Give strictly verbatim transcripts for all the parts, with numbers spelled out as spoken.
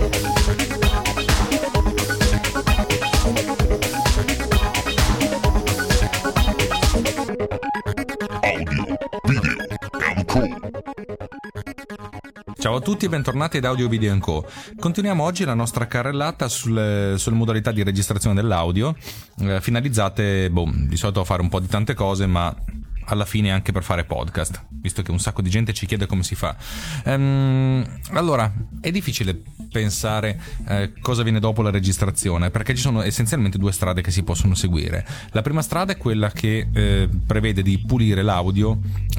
Ciao a tutti e bentornati ad Audio Video and Co. Continuiamo oggi la nostra carrellata sulle, sulle modalità di registrazione dell'audio, eh, finalizzate, boh, di solito a fare un po' di tante cose, ma alla fine anche per fare podcast, visto che un sacco di gente ci chiede come si fa. Ehm, allora, è difficile pensare eh, cosa viene dopo la registrazione, perché ci sono essenzialmente due strade che si possono seguire. La prima strada è quella che eh, prevede di pulire l'audio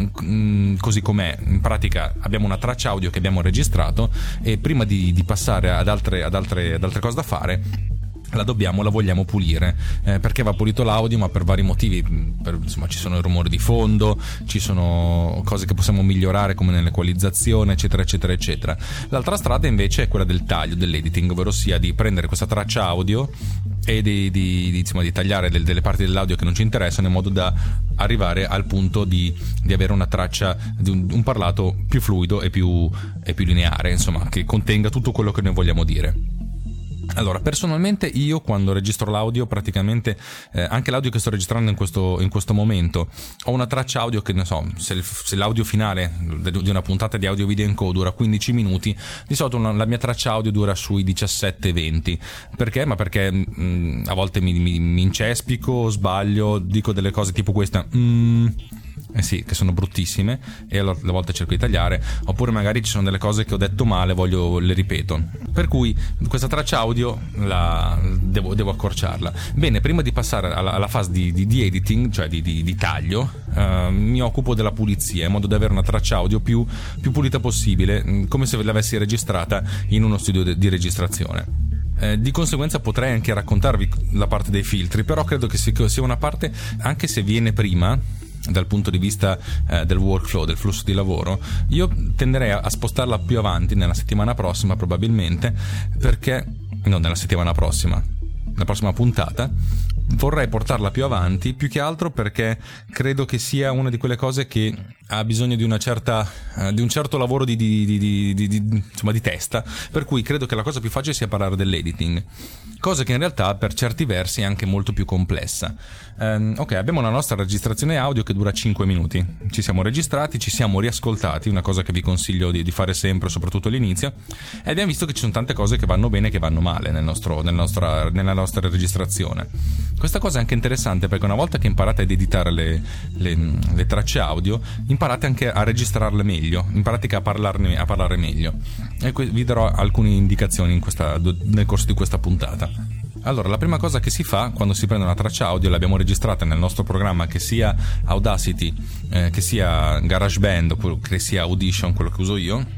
mh, così com'è. In pratica abbiamo una traccia audio che abbiamo registrato e prima di, di passare ad altre, ad, altre, ad altre cose da fare, la dobbiamo, la vogliamo pulire, eh, perché va pulito l'audio, ma per vari motivi. Per, insomma, ci sono i rumori di fondo, ci sono cose che possiamo migliorare come nell'equalizzazione, eccetera eccetera eccetera. L'altra strada invece è quella del taglio, dell'editing, ovvero sia di prendere questa traccia audio e di, di, di, insomma, di tagliare del, delle parti dell'audio che non ci interessano, in modo da arrivare al punto di, di avere una traccia di un, un parlato più fluido e più, e più lineare, insomma, che contenga tutto quello che noi vogliamo dire. Allora, personalmente io quando registro l'audio, praticamente eh, anche l'audio che sto registrando in questo, in questo momento, ho una traccia audio che, ne so, se, il, se l'audio finale di una puntata di Audio Video and Co dura quindici minuti, di solito una, la mia traccia audio dura sui diciassette venti. Perché? Ma perché mh, a volte mi, mi, mi incespico, sbaglio, dico delle cose tipo questa mm, eh sì, che sono bruttissime, e allora a volte cerco di tagliare, oppure magari ci sono delle cose che ho detto male, voglio le ripeto, per cui questa traccia audio la devo, devo accorciarla. Bene, prima di passare alla, alla fase di, di, di editing, cioè di, di, di taglio, eh, mi occupo della pulizia, in modo da avere una traccia audio più, più pulita possibile, come se l'avessi registrata in uno studio de, di registrazione. Eh, di conseguenza potrei anche raccontarvi la parte dei filtri, però credo che sia una parte, anche se viene prima dal punto di vista eh, del workflow, del flusso di lavoro, io tenderei a, a spostarla più avanti nella settimana prossima, probabilmente, perché no, nella settimana prossima la prossima puntata vorrei portarla più avanti, più che altro perché credo che sia una di quelle cose che ha bisogno di una certa uh, di un certo lavoro di, di, di, di, di, di, insomma, di testa, per cui credo che la cosa più facile sia parlare dell'editing, cosa che in realtà per certi versi è anche molto più complessa. Um, ok, abbiamo la nostra registrazione audio che dura cinque minuti, ci siamo registrati, ci siamo riascoltati, una cosa che vi consiglio di, di fare sempre, soprattutto all'inizio, e abbiamo visto che ci sono tante cose che vanno bene e che vanno male nel nostro, nel nostra, nella nostra registrazione. Questa cosa è anche interessante perché una volta che imparate ad editare le, le, le tracce audio, imparate anche a registrarle meglio, in pratica a parlarne, a parlare meglio, e que- vi darò alcune indicazioni in questa, nel corso di questa puntata. Allora, la prima cosa che si fa quando si prende una traccia audio, l'abbiamo registrata nel nostro programma, che sia Audacity, eh, che sia GarageBand, che sia Audition, quello che uso io,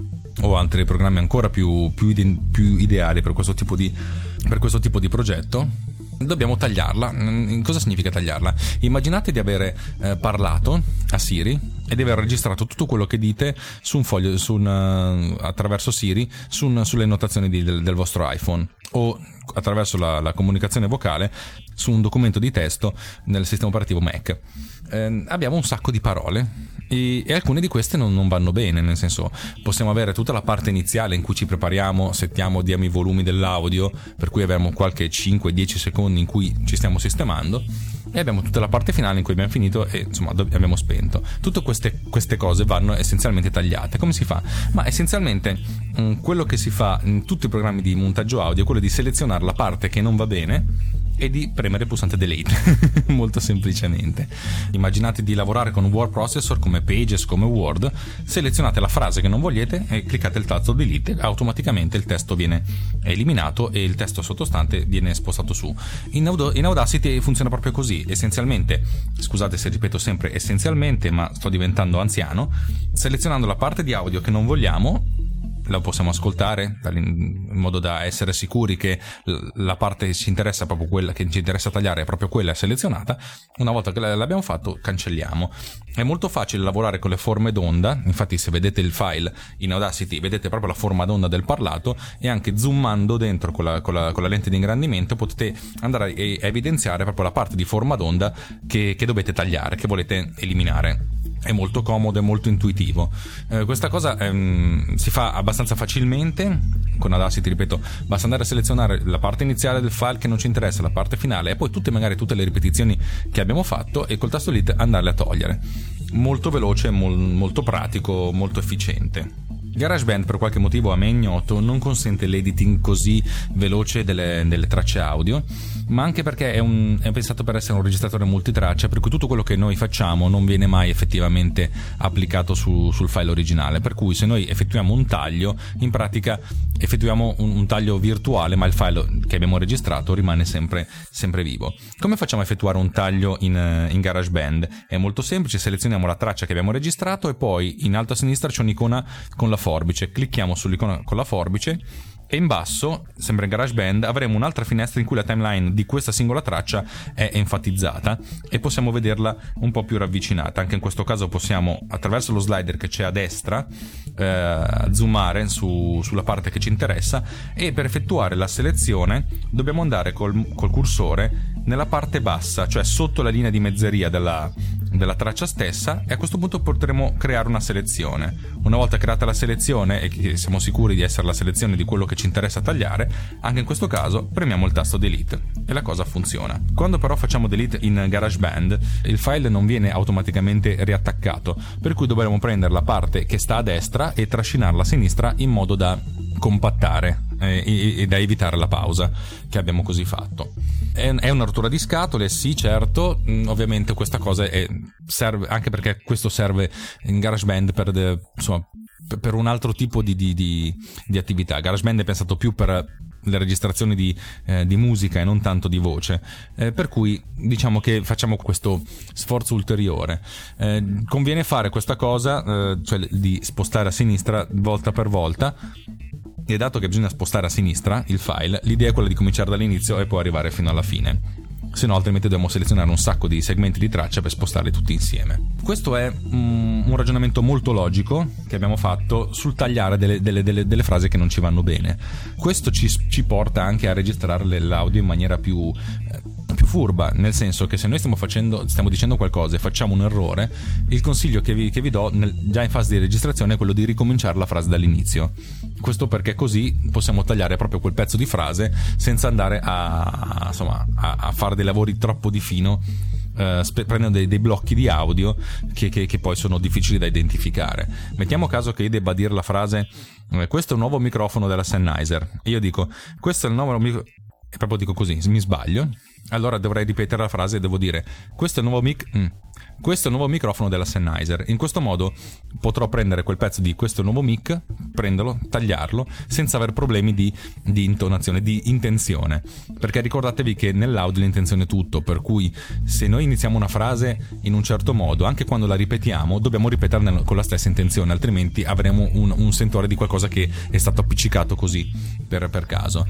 o altri programmi ancora più, più, ide- più ideali per questo tipo di, per questo tipo di progetto, dobbiamo tagliarla. Cosa significa tagliarla? Immaginate di avere eh, parlato a Siri e di aver registrato tutto quello che dite su un foglio, su un, uh, attraverso Siri, su un, sulle notazioni di, del, del vostro iPhone, o attraverso la, la comunicazione vocale su un documento di testo nel sistema operativo Mac. Eh, abbiamo un sacco di parole e, e alcune di queste non, non vanno bene, nel senso, possiamo avere tutta la parte iniziale in cui ci prepariamo, settiamo, diamo i volumi dell'audio, per cui abbiamo qualche cinque dieci secondi in cui ci stiamo sistemando, e abbiamo tutta la parte finale in cui abbiamo finito e insomma abbiamo spento. Tutte queste, queste cose vanno essenzialmente tagliate. Come si fa? Ma essenzialmente mh, quello che si fa in tutti i programmi di montaggio audio è quello di selezionare la parte che non va bene e di premere il pulsante delete. Molto semplicemente. Immaginate di lavorare con un word processor come Pages, come Word, selezionate la frase che non volete e cliccate il tasto delete, automaticamente il testo viene eliminato e il testo sottostante viene spostato su. In, Aud- in Audacity funziona proprio così, essenzialmente, scusate se ripeto sempre essenzialmente, ma sto diventando anziano, selezionando la parte di audio che non vogliamo, la possiamo ascoltare in modo da essere sicuri che la parte che ci interessa, proprio quella che ci interessa tagliare, è proprio quella selezionata. Una volta che l'abbiamo fatto, cancelliamo. È molto facile lavorare con le forme d'onda, infatti se vedete il file in Audacity vedete proprio la forma d'onda del parlato, e anche zoomando dentro con la, con la, con la lente di ingrandimento potete andare a evidenziare proprio la parte di forma d'onda che, che dovete tagliare, che volete eliminare. È molto comodo e molto intuitivo. Eh, questa cosa ehm, si fa abbastanza facilmente con Audacity, ripeto, basta andare a selezionare la parte iniziale del file che non ci interessa, la parte finale, e poi tutte magari tutte le ripetizioni che abbiamo fatto, e col tasto delete andarle a togliere. Molto veloce, mol, molto pratico, molto efficiente. GarageBand per qualche motivo a me ignoto non consente l'editing così veloce delle, delle tracce audio, ma anche perché è, un, è pensato per essere un registratore multitraccia, per cui tutto quello che noi facciamo non viene mai effettivamente applicato su, sul file originale, per cui se noi effettuiamo un taglio, in pratica effettuiamo un, un taglio virtuale, ma il file che abbiamo registrato rimane sempre, sempre vivo. Come facciamo a effettuare un taglio in, in GarageBand? È molto semplice, selezioniamo la traccia che abbiamo registrato e poi in alto a sinistra c'è un'icona con la forbice, clicchiamo sull'icona con la forbice e in basso, sempre in GarageBand, avremo un'altra finestra in cui la timeline di questa singola traccia è enfatizzata e possiamo vederla un po' più ravvicinata. Anche in questo caso possiamo, attraverso lo slider che c'è a destra, eh, zoomare su, sulla parte che ci interessa, e per effettuare la selezione dobbiamo andare col, col cursore nella parte bassa, cioè sotto la linea di mezzeria della, della traccia stessa, e a questo punto potremo creare una selezione. Una volta creata la selezione e che siamo sicuri di essere la selezione di quello che ci interessa tagliare, anche in questo caso premiamo il tasto delete e la cosa funziona. Quando però facciamo delete in GarageBand, il file non viene automaticamente riattaccato, per cui dovremo prendere la parte che sta a destra e trascinarla a sinistra in modo da compattare e, e da evitare la pausa che abbiamo così fatto. È, è una rottura di scatole, sì, certo. Ovviamente questa cosa è, serve anche perché questo serve in GarageBand per de, insomma per un altro tipo di, di, di, di attività. GarageBand è pensato più per le registrazioni di, eh, di musica e non tanto di voce, eh, per cui diciamo che facciamo questo sforzo ulteriore. Eh, conviene fare questa cosa, eh, cioè di spostare a sinistra volta per volta, e dato che bisogna spostare a sinistra il file, l'idea è quella di cominciare dall'inizio e poi arrivare fino alla fine. Se no, altrimenti dobbiamo selezionare un sacco di segmenti di traccia per spostarli tutti insieme. Questo è um, un ragionamento molto logico che abbiamo fatto sul tagliare delle, delle, delle, delle frasi che non ci vanno bene. Questo ci, ci porta anche a registrare l'audio in maniera più, eh, più furba, nel senso che se noi stiamo facendo, stiamo dicendo qualcosa e facciamo un errore, il consiglio che vi, che vi do nel, già in fase di registrazione è quello di ricominciare la frase dall'inizio. Questo perché così possiamo tagliare proprio quel pezzo di frase senza andare a, insomma, a, a fare dei lavori troppo di fino, eh, spe- prendendo dei, dei blocchi di audio che, che, che poi sono difficili da identificare. Mettiamo caso che io debba dire la frase eh, questo è un nuovo microfono della Sennheiser, e io dico questo è il nuovo microfono, e proprio dico così, mi sbaglio, allora dovrei ripetere la frase e devo dire questo è il nuovo mic mm. questo è il nuovo microfono della Sennheiser. In questo modo potrò prendere quel pezzo di questo nuovo mic, prenderlo, tagliarlo senza aver problemi di, di intonazione, di intenzione, perché ricordatevi che nell'audio l'intenzione è tutto, per cui se noi iniziamo una frase in un certo modo, anche quando la ripetiamo dobbiamo ripeterla con la stessa intenzione, altrimenti avremo un, un sentore di qualcosa che è stato appiccicato così per, per caso.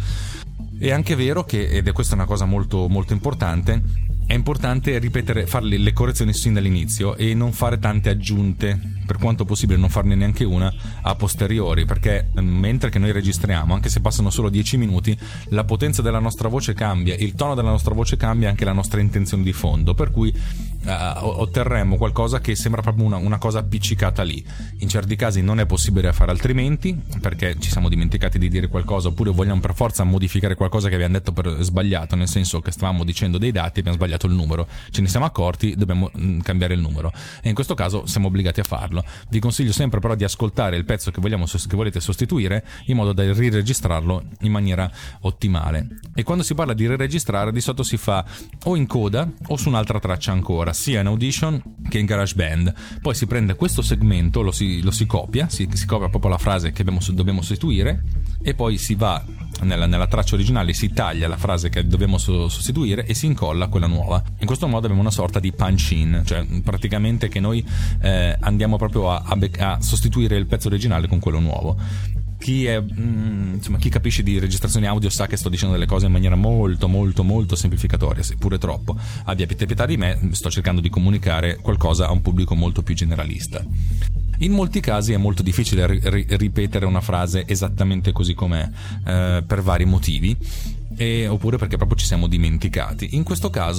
È anche vero che, ed è questa una cosa molto molto importante, è importante ripetere, fare le correzioni sin dall'inizio e non fare tante aggiunte, per quanto possibile non farne neanche una a posteriori, perché mentre che noi registriamo, anche se passano solo dieci minuti, la potenza della nostra voce cambia, il tono della nostra voce cambia, anche la nostra intenzione di fondo, per cui uh, otterremo qualcosa che sembra proprio una, una cosa appiccicata lì. In certi casi non è possibile fare altrimenti, perché ci siamo dimenticati di dire qualcosa, oppure vogliamo per forza modificare qualcosa che abbiamo detto per sbagliato, nel senso che stavamo dicendo dei dati e abbiamo sbagliato il numero, ce ne siamo accorti, dobbiamo mh, cambiare il numero, e in questo caso siamo obbligati a farlo. Vi consiglio sempre però di ascoltare il pezzo che, vogliamo, che volete sostituire, in modo da riregistrarlo in maniera ottimale. E quando si parla di riregistrare, di solito si fa o in coda o su un'altra traccia ancora, sia in Audition che in GarageBand. Poi si prende questo segmento, lo si, lo si copia, si, si copia proprio la frase che abbiamo, dobbiamo sostituire, e poi si va nella, nella traccia originale, si taglia la frase che dobbiamo sostituire e si incolla quella nuova. In questo modo abbiamo una sorta di punch in, cioè praticamente che noi eh, andiamo proprio a, a, a sostituire il pezzo originale con quello nuovo. Chi è mm, insomma chi capisce di registrazioni audio sa che sto dicendo delle cose in maniera molto molto molto semplificatoria, seppure troppo. Abbiate pietà di me, sto cercando di comunicare qualcosa a un pubblico molto più generalista. In molti casi è molto difficile ri- ripetere una frase esattamente così com'è, eh, per vari motivi, e, oppure perché proprio ci siamo dimenticati. In questo caso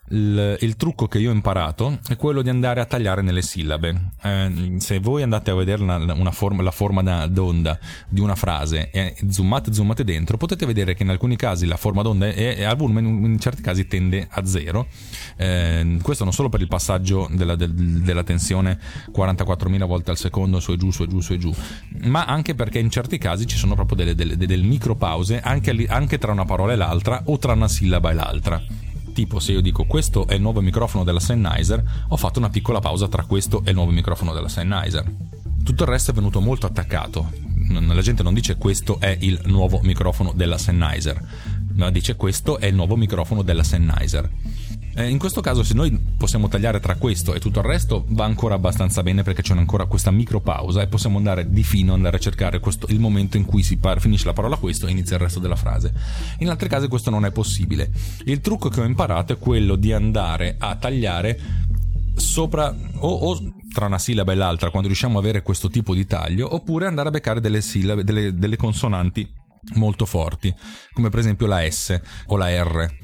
Il, il trucco che io ho imparato è quello di andare a tagliare nelle sillabe. Eh, se voi andate a vedere una, una forma, la forma da, d'onda di una frase e zoomate zoomate dentro, potete vedere che in alcuni casi la forma d'onda è, è al volume, in, in certi casi tende a zero. Eh, questo non solo per il passaggio della, del, della tensione quarantaquattromila volte al secondo, su e giù, su e giù, su e giù, ma anche perché in certi casi ci sono proprio delle, delle, delle micropause anche, anche tra una parola e l'altra, o tra una sillaba e l'altra. Tipo, se io dico questo è il nuovo microfono della Sennheiser, ho fatto una piccola pausa tra questo e il nuovo microfono della Sennheiser. Tutto il resto è venuto molto attaccato. La gente non dice questo è il nuovo microfono della Sennheiser, ma dice questo è il nuovo microfono della Sennheiser. Eh, in questo caso, se noi possiamo tagliare tra questo e tutto il resto, va ancora abbastanza bene, perché c'è ancora questa micropausa e possiamo andare di fino, andare a cercare questo, il momento in cui si par- finisce la parola questo e inizia il resto della frase. In altri casi questo non è possibile. Il trucco che ho imparato è quello di andare a tagliare sopra o, o tra una sillaba e l'altra, quando riusciamo ad avere questo tipo di taglio, oppure andare a beccare delle sillabe, delle, delle consonanti molto forti, come per esempio la S o la R.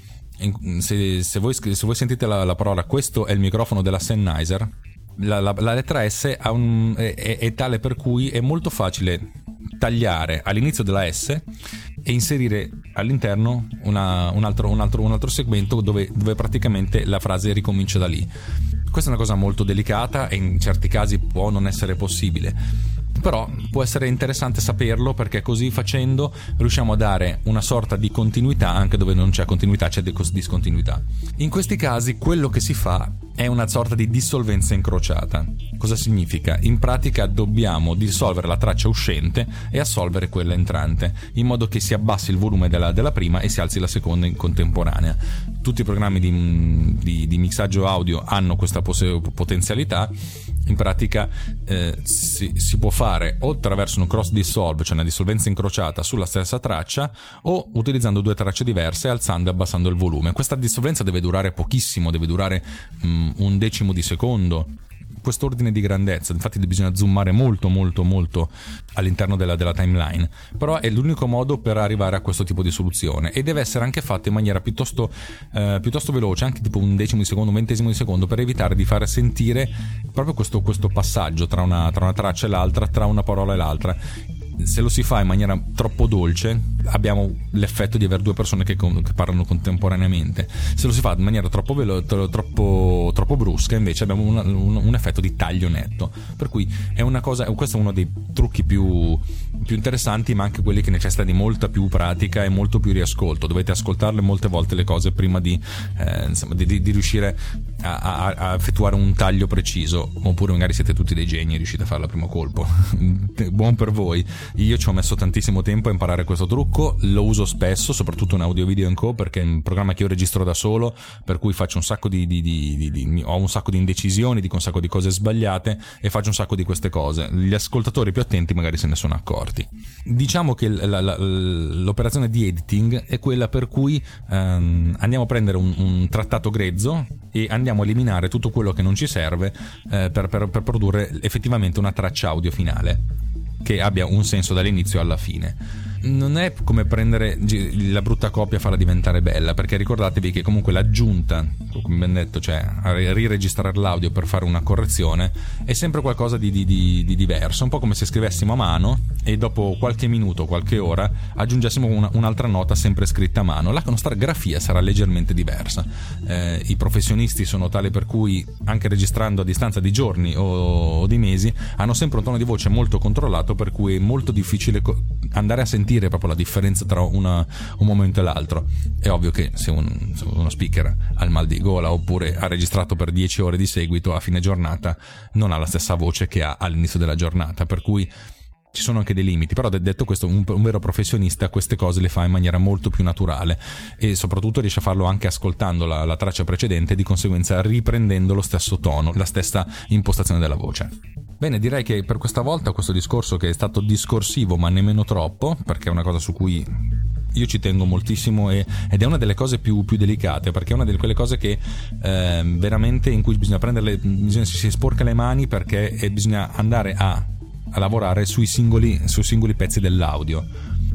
Se, se, voi, se voi sentite la, la parola questo è il microfono della Sennheiser, la, la, la lettera S ha un, è, è tale per cui è molto facile tagliare all'inizio della S e inserire all'interno una, un, altro, un, altro, un altro segmento dove, dove praticamente la frase ricomincia da lì. Questa è una cosa molto delicata e in certi casi può non essere possibile, però può essere interessante saperlo, perché così facendo riusciamo a dare una sorta di continuità anche dove non c'è continuità, c'è discontinuità. In questi casi quello che si fa è una sorta di dissolvenza incrociata. Cosa significa? In pratica dobbiamo dissolvere la traccia uscente e assolvere quella entrante, in modo che si abbassi il volume della, della prima e si alzi la seconda in contemporanea. Tutti i programmi di, di, di mixaggio audio hanno questa pos- potenzialità. In pratica eh, si, si può fare o attraverso un cross dissolve, cioè una dissolvenza incrociata sulla stessa traccia, o utilizzando due tracce diverse, alzando e abbassando il volume. Questa dissolvenza deve durare pochissimo, deve durare um, un decimo di secondo, quest'ordine di grandezza. Infatti bisogna zoomare molto molto molto all'interno della, della timeline, però è l'unico modo per arrivare a questo tipo di soluzione, e deve essere anche fatto in maniera piuttosto eh, piuttosto veloce, anche tipo un decimo di secondo, un ventesimo di secondo, per evitare di far sentire proprio questo, questo passaggio tra una, tra una traccia e l'altra, tra una parola e l'altra. Se lo si fa in maniera troppo dolce abbiamo l'effetto di avere due persone che, con, che parlano contemporaneamente. Se lo si fa in maniera troppo velo- troppo, troppo brusca, invece abbiamo una, un, un effetto di taglio netto. Per cui è una cosa, questo è uno dei trucchi più, più interessanti, ma anche quelli che necessita di molta più pratica e molto più riascolto. Dovete ascoltarle molte volte le cose prima di, eh, insomma, di, di, di riuscire a, a, a effettuare un taglio preciso, oppure magari siete tutti dei geni e riuscite a farlo a primo colpo. Buon per voi. Io ci ho messo tantissimo tempo a imparare questo trucco, lo uso spesso, soprattutto in Audio Video and Co, perché è un programma che io registro da solo, per cui faccio un sacco di, di, di, di, di ho un sacco di indecisioni, dico un sacco di cose sbagliate e faccio un sacco di queste cose. Gli ascoltatori più attenti magari se ne sono accorti. Diciamo che la, la, l'operazione di editing è quella per cui ehm, andiamo a prendere un, un trattato grezzo e andiamo a eliminare tutto quello che non ci serve eh, per, per, per produrre effettivamente una traccia audio finale che abbia un senso dall'inizio alla fine. Non è come prendere la brutta copia e farla diventare bella, perché ricordatevi che comunque l'aggiunta, come ben detto, cioè riregistrare l'audio per fare una correzione, è sempre qualcosa di, di, di, di diverso, un po' come se scrivessimo a mano e dopo qualche minuto, qualche ora aggiungessimo una, un'altra nota sempre scritta a mano. La nostra grafia sarà leggermente diversa. Eh, i professionisti sono tali per cui anche registrando a distanza di giorni o, o di mesi hanno sempre un tono di voce molto controllato, per cui è molto difficile andare a sentire proprio la differenza tra una, un momento e l'altro. È ovvio che se, un, se uno speaker ha il mal di gola oppure ha registrato per dieci ore di seguito, a fine giornata non ha la stessa voce che ha all'inizio della giornata, per cui ci sono anche dei limiti. Però detto questo, un, un vero professionista queste cose le fa in maniera molto più naturale e soprattutto riesce a farlo anche ascoltando la, la traccia precedente e di conseguenza riprendendo lo stesso tono, la stessa impostazione della voce. Bene, direi che per questa volta questo discorso, che è stato discorsivo ma nemmeno troppo, perché è una cosa su cui io ci tengo moltissimo e, ed è una delle cose più, più delicate, perché è una delle quelle cose che eh, veramente in cui bisogna prenderle, bisogna, si sporca le mani, perché eh, bisogna andare a, a lavorare sui singoli, sui singoli pezzi dell'audio.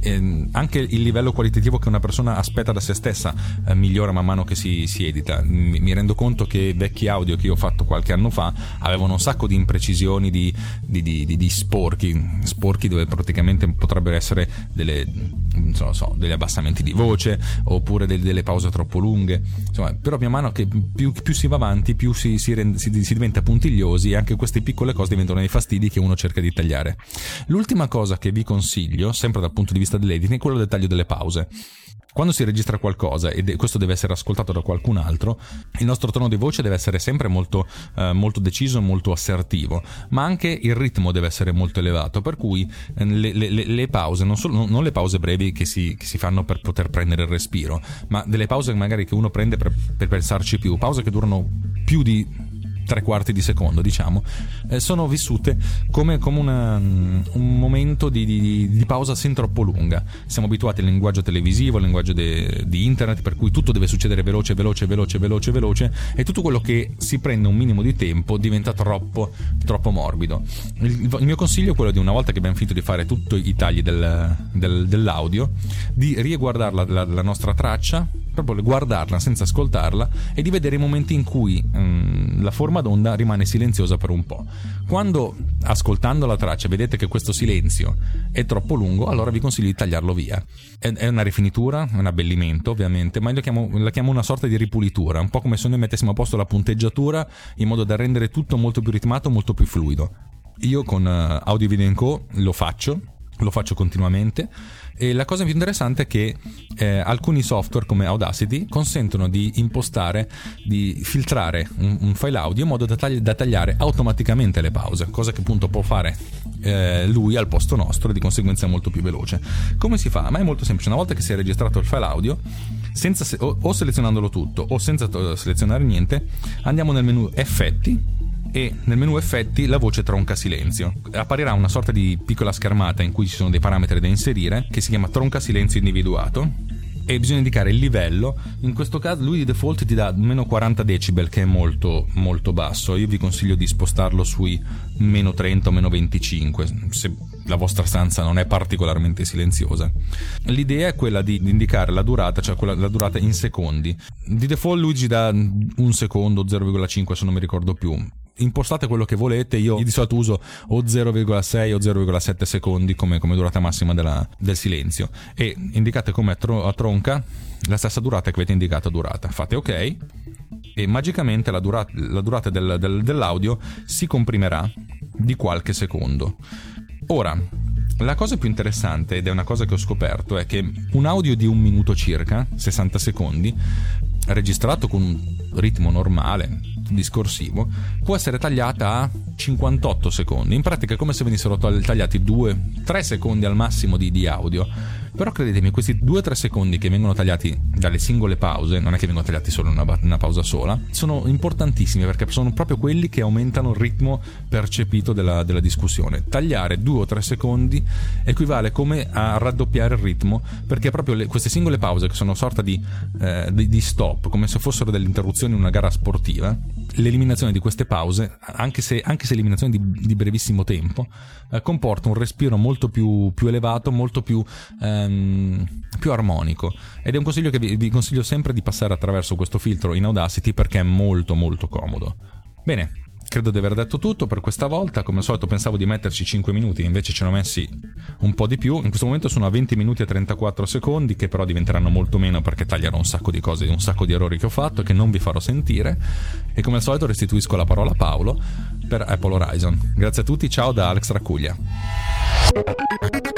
eh, anche il livello qualitativo che una persona aspetta da se stessa eh, migliora man mano che si, si edita. Mi, mi rendo conto che vecchi audio che io ho fatto qualche anno fa avevano un sacco di imprecisioni, di, di, di, di, di sporchi sporchi dove praticamente potrebbero essere delle, non so, degli abbassamenti di voce oppure delle, delle pause troppo lunghe, insomma. Però man mano che più, più si va avanti più si, si, rende, si, si diventa puntigliosi, e anche queste piccole cose diventano dei fastidi che uno cerca di tagliare. L'ultima cosa che vi consiglio, sempre dal punto di vista dell'editing, è quello del taglio delle pause. Quando si registra qualcosa, e questo deve essere ascoltato da qualcun altro, il nostro tono di voce deve essere sempre molto, eh, molto deciso, molto assertivo, ma anche il ritmo deve essere molto elevato, per cui le, le, le pause, non, solo, non le pause brevi che si, che si fanno per poter prendere il respiro, ma delle pause magari che uno prende per, per pensarci più, pause che durano più di tre quarti di secondo, diciamo, eh, sono vissute come, come una, un momento di, di, di pausa sin troppo lunga. Siamo abituati al linguaggio televisivo, al linguaggio de, di internet, per cui tutto deve succedere veloce, veloce, veloce, veloce, veloce, e tutto quello che si prende un minimo di tempo diventa troppo, troppo morbido. Il, il mio consiglio è quello di, una volta che abbiamo finito di fare tutti i tagli del, del, dell'audio, di riguardare la, la, la nostra traccia, proprio guardarla senza ascoltarla, e di vedere i momenti in cui mh, la forma d'onda rimane silenziosa per un po'. Quando, ascoltando la traccia, vedete che questo silenzio è troppo lungo, allora vi consiglio di tagliarlo via. È, è una rifinitura, un abbellimento ovviamente, ma io la chiamo, la chiamo una sorta di ripulitura, un po' come se noi mettessimo a posto la punteggiatura in modo da rendere tutto molto più ritmato, molto più fluido. Io con uh, Audio Video and Co lo faccio, lo faccio continuamente, e la cosa più interessante è che eh, alcuni software come Audacity consentono di impostare, di filtrare un, un file audio in modo da, tagli- da tagliare automaticamente le pause, cosa che appunto può fare eh, lui al posto nostro, e di conseguenza è molto più veloce. Come si fa? Ma è molto semplice. Una volta che si è registrato il file audio, senza se- o, o selezionandolo tutto o senza to- selezionare niente, andiamo nel menu effetti, e nel menu effetti la voce tronca silenzio. Apparirà una sorta di piccola schermata in cui ci sono dei parametri da inserire, che si chiama tronca silenzio individuato, e bisogna indicare il livello. In questo caso lui di default ti dà meno quaranta decibel, che è molto molto basso. Io vi consiglio di spostarlo sui meno trenta o meno venticinque se la vostra stanza non è particolarmente silenziosa. L'idea è quella di indicare la durata, cioè quella, la durata in secondi. Di default lui ci dà un secondo, zero virgola cinque se non mi ricordo più. Impostate quello che volete. Io di solito uso o zero virgola sei o zero virgola sette secondi come, come durata massima della, del silenzio, e indicate come a, tro, a tronca la stessa durata che avete indicato a durata. Fate ok, e magicamente la durata, la durata del, del, dell'audio si comprimerà di qualche secondo. Ora, la cosa più interessante, ed è una cosa che ho scoperto, è che un audio di un minuto circa, sessanta secondi, registrato con un ritmo normale, discorsivo, può essere tagliata a cinquantotto secondi. In pratica è come se venissero tagliati due tre secondi al massimo di, di audio. Però credetemi, questi due tre secondi che vengono tagliati dalle singole pause, non è che vengono tagliati solo in una, una pausa sola, sono importantissimi, perché sono proprio quelli che aumentano il ritmo percepito della, della discussione. Tagliare due o tre secondi equivale come a raddoppiare il ritmo, perché proprio le, queste singole pause, che sono una sorta di, eh, di, di stop, come se fossero delle interruzioni in una gara sportiva, l'eliminazione di queste pause, anche se, anche se eliminazione di, di brevissimo tempo, eh, comporta un respiro molto più, più elevato, molto più, ehm, più armonico, ed è un consiglio che vi, vi consiglio sempre di passare attraverso questo filtro in Audacity, perché è molto molto comodo. Bene, credo di aver detto tutto per questa volta. Come al solito pensavo di metterci cinque minuti, invece ce ne ho messi un po' di più. In questo momento sono a venti minuti e trentaquattro secondi, che però diventeranno molto meno perché taglierò un sacco di cose, un sacco di errori che ho fatto e che non vi farò sentire. E come al solito restituisco la parola a Paolo per Apple Horizon. Grazie a tutti, ciao da Alex Raccuglia.